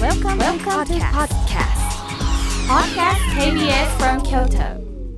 Welcome to podcast. Podcast KBS from Kyoto.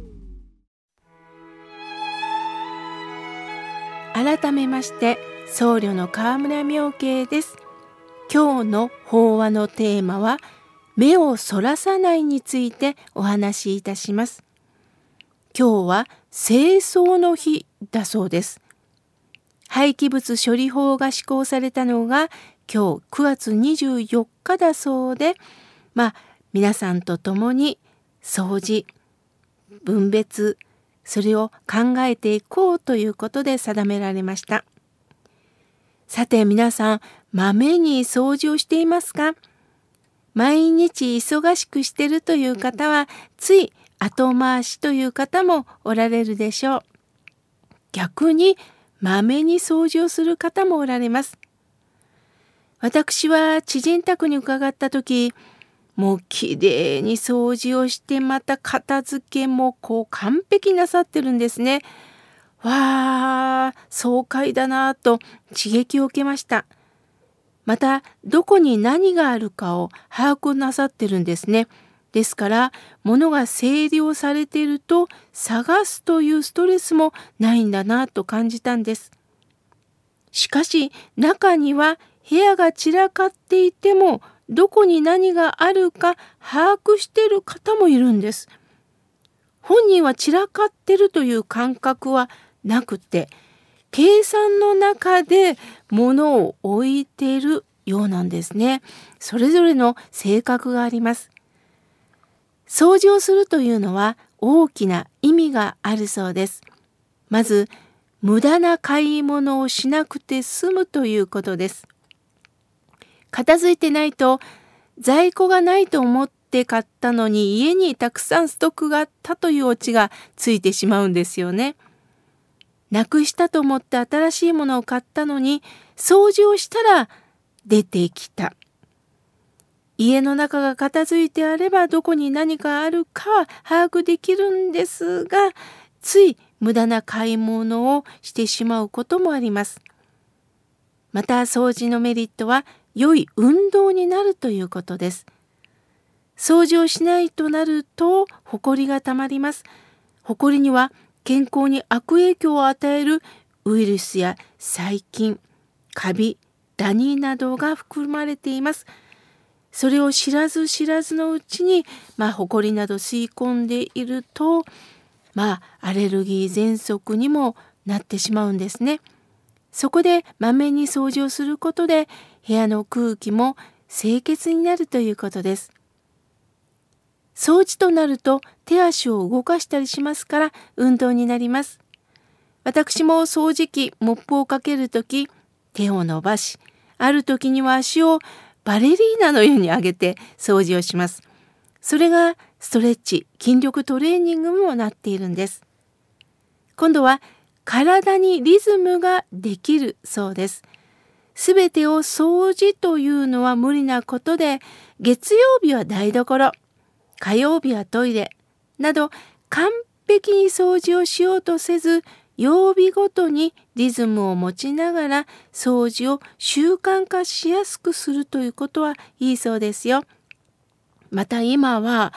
改めまして僧侶の河村妙慶です。今日の法話のテーマは目をそらさないについてお話しいたします。今日は清掃の日だそうです。廃棄物処理法が施行されたのが今日9月24日だそうで、皆さんと共に掃除、分別、それを考えていこうということで定められました。さて皆さん、まめに掃除をしていますか？毎日忙しくしているという方は、つい後回しという方もおられるでしょう。逆に、まめに掃除をする方もおられます。私は知人宅に伺ったとき、もうきれいに掃除をしてまた片付けも完璧なさってるんですね。わー、爽快だなと刺激を受けました。またどこに何があるかを把握なさってるんですね。ですから物が整理をされていると探すというストレスもないんだなと感じたんです。しかし中には部屋が散らかっていてもどこに何があるか把握している方もいるんです。本人は散らかってるという感覚はなくて、計算の中で物を置いているようなんですね。それぞれの性格があります。掃除をするというのは大きな意味があるそうです。まず、無駄な買い物をしなくて済むということです。片付いてないと在庫がないと思って買ったのに家にたくさんストックがあったというオチがついてしまうんですよね。なくしたと思って新しいものを買ったのに掃除をしたら出てきた。家の中が片付いてあればどこに何かあるかは把握できるんですが、つい無駄な買い物をしてしまうこともあります。また掃除のメリットは良い運動になるということです。掃除をしないとなると、ほこりがたまります。ほこりには健康に悪影響を与えるウイルスや細菌、カビ、ダニなどが含まれています。それを知らず知らずのうちに、ほこりなど吸い込んでいると、アレルギー喘息にもなってしまうんですね。そこでまめに掃除をすることで部屋の空気も清潔になるということです。掃除となると手足を動かしたりしますから運動になります。私も掃除機、モップをかけるとき手を伸ばし、あるときには足をバレリーナのように上げて掃除をします。それがストレッチ、筋力トレーニングにもなっているんです。今度は体にリズムができるそうです。すべてを掃除というのは無理なことで、月曜日は台所、火曜日はトイレなど完璧に掃除をしようとせず、曜日ごとにリズムを持ちながら掃除を習慣化しやすくするということはいいそうですよ。また今は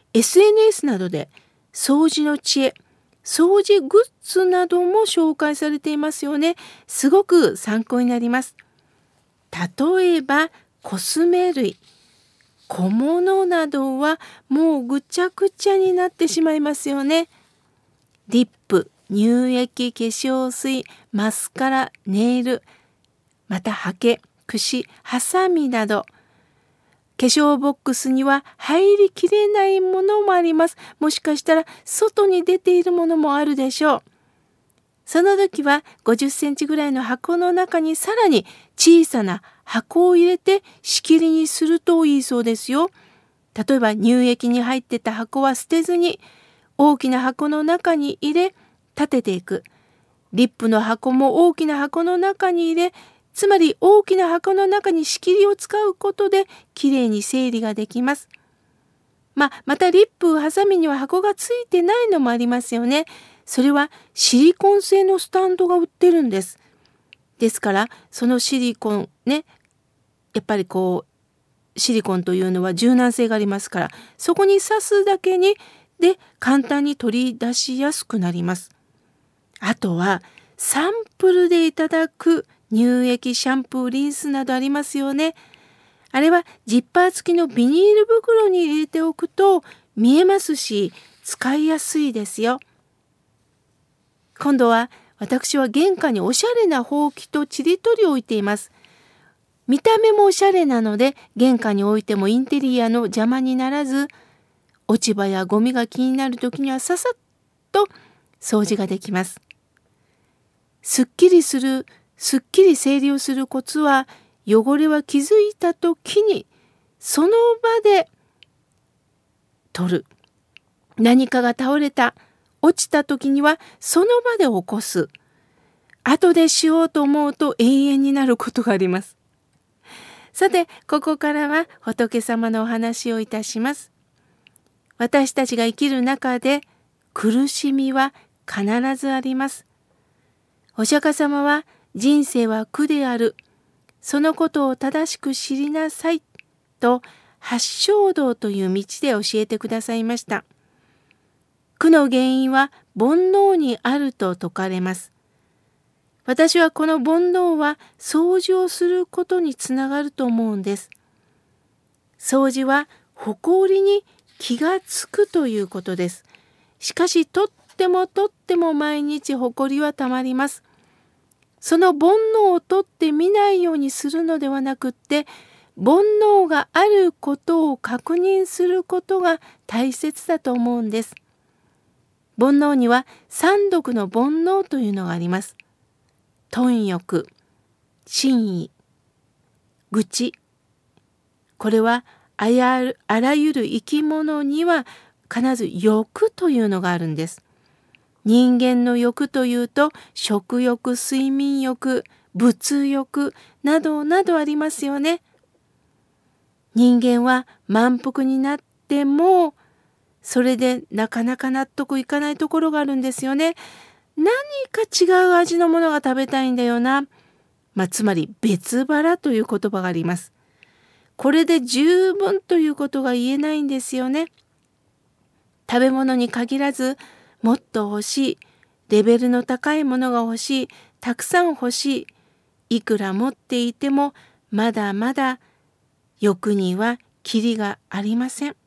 SNS などで掃除の知恵、掃除グッズなども紹介されていますよね。すごく参考になります。例えばコスメ類、小物などはもうぐちゃぐちゃになってしまいますよね。リップ、乳液、化粧水、マスカラ、ネイル、またハケ、櫛、ハサミなど、化粧ボックスには入りきれないものもあります。もしかしたら外に出ているものもあるでしょう。その時は50センチぐらいの箱の中にさらに小さな箱を入れて仕切りにするといいそうですよ。例えば乳液に入ってた箱は捨てずに大きな箱の中に入れ立てていく。リップの箱も大きな箱の中に入れ、つまり大きな箱の中に仕切りを使うことできれいに整理ができます。またリップ、ハサミには箱がついてないのもありますよね。それはシリコン製のスタンドが売ってるんです。ですからそのシリコンね、やっぱりシリコンというのは柔軟性がありますから、そこに刺すだけにで簡単に取り出しやすくなります。あとはサンプルでいただく乳液、シャンプー、リンスなどありますよね。あれはジッパー付きのビニール袋に入れておくと見えますし、使いやすいですよ。今度は私は玄関におしゃれなほうきとちりとりを置いています。見た目もおしゃれなので玄関に置いてもインテリアの邪魔にならず、落ち葉やゴミが気になるときにはささっと掃除ができます。すっきり整理をするコツは、汚れは気づいたときにその場で取る。何かが倒れた、落ちたときにはその場で起こす。後でしようと思うと永遠になることがあります。さて、ここからは仏様のお話をいたします。私たちが生きる中で苦しみは必ずあります。お釈迦様は人生は苦である。そのことを正しく知りなさいと八正道という道で教えてくださいました。苦の原因は煩悩にあると説かれます。私はこの煩悩は掃除をすることにつながると思うんです。掃除は埃に気がつくということです。しかしとっても毎日埃はたまります。その煩悩を取って見ないようにするのではなくって、煩悩があることを確認することが大切だと思うんです。煩悩には三毒の煩悩というのがあります。貪欲、瞋意、愚痴。これはあらゆる生き物には必ず欲というのがあるんです。人間の欲というと食欲、睡眠欲、物欲などなどありますよね。人間は満腹になってもそれでなかなか納得いかないところがあるんですよね。何か違う味のものが食べたいんだよな。つまり別腹という言葉があります。これで十分ということが言えないんですよね。食べ物に限らず、もっと欲しい、レベルの高いものが欲しい、たくさん欲しい、いくら持っていてもまだまだ欲にはキリがありません。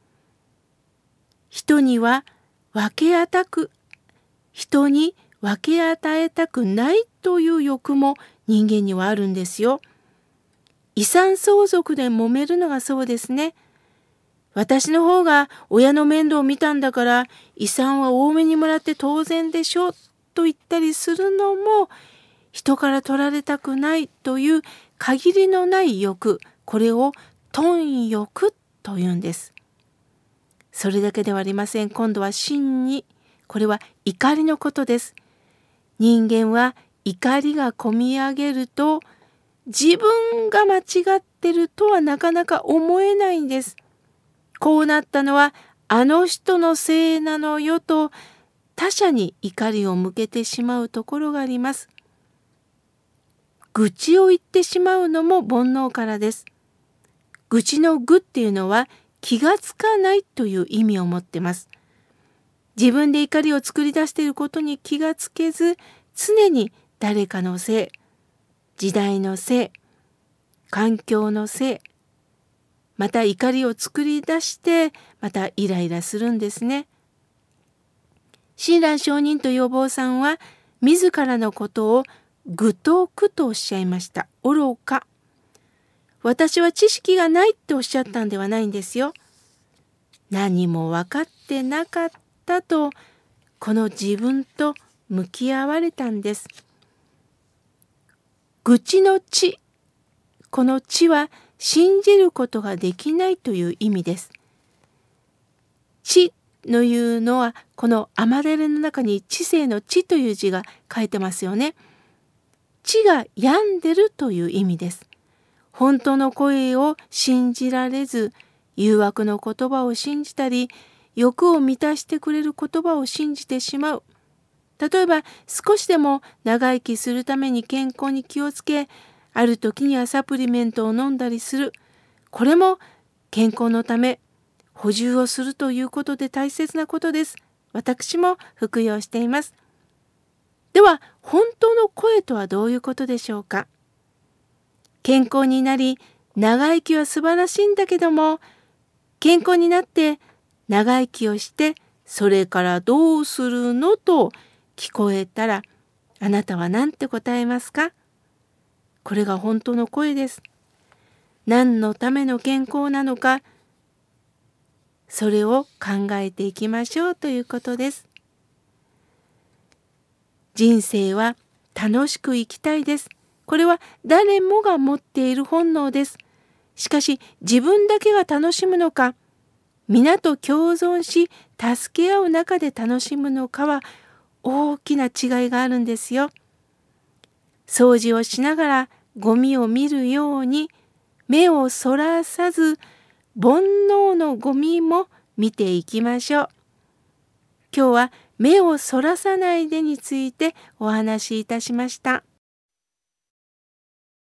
人に分け与えたくないという欲も人間にはあるんですよ。遺産相続で揉めるのがそうですね。私の方が親の面倒を見たんだから遺産は多めにもらって当然でしょと言ったりするのも、人から取られたくないという限りのない欲、これを貪欲というんです。それだけではありません。今度は瞋意、これは怒りのことです。人間は怒りがこみ上げると、自分が間違ってるとはなかなか思えないんです。こうなったのはあの人のせいなのよと他者に怒りを向けてしまうところがあります。愚痴を言ってしまうのも煩悩からです。愚痴の愚っていうのは気がつかないという意味を持ってます。自分で怒りを作り出していることに気がつけず、常に誰かのせい、時代のせい、環境のせい、また怒りを作り出してまたイライラするんですね。親鸞上人というお坊さんは自らのことを愚と苦とおっしゃいました。愚か。私は知識がないっておっしゃったんではないんですよ。何も分かってなかったと、この自分と向き合われたんです。愚痴の知、この知は信じることができないという意味です。知のいうのはこの尼寺の中に知性の知という字が書いてますよね。知が病んでるという意味です。本当の声を信じられず、誘惑の言葉を信じたり、欲を満たしてくれる言葉を信じてしまう。例えば少しでも長生きするために健康に気をつけ、ある時にはサプリメントを飲んだりする。 これも健康のため補充をするということで大切なことです。私も服用しています。では、本当の声とはどういうことでしょうか。健康になり、長生きは素晴らしいんだけども、健康になって長生きをして、それからどうするのと聞こえたら、あなたは何て答えますか？これが本当の声です。何のための健康なのか、それを考えていきましょうということです。人生は楽しく生きたいです。これは誰もが持っている本能です。しかし自分だけが楽しむのか、皆と共存し助け合う中で楽しむのかは大きな違いがあるんですよ。掃除をしながらゴミを見るように目をそらさず、煩悩のゴミも見ていきましょう。今日は目をそらさないでについてお話しいたしました。